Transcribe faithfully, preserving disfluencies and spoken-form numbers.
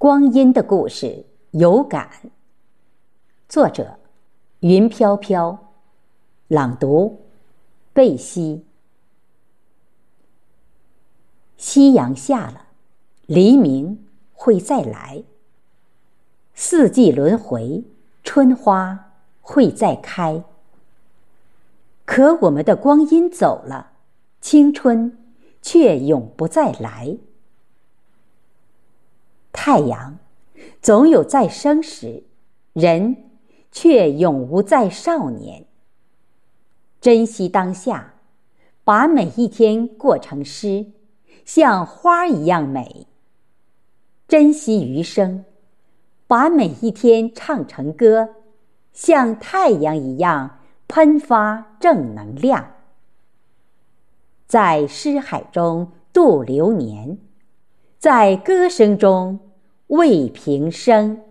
光阴的故事有感，作者云飘飘，朗读贝西。夕阳下了，黎明会再来，四季轮回，春花会再开。可我们的光阴走了，青春却永不再来。太阳总有再生时，人却永无再少年。珍惜当下，把每一天过成诗，像花一样美。珍惜余生，把每一天唱成歌，像太阳一样喷发正能量。在诗海中度流年，在歌声中为平生。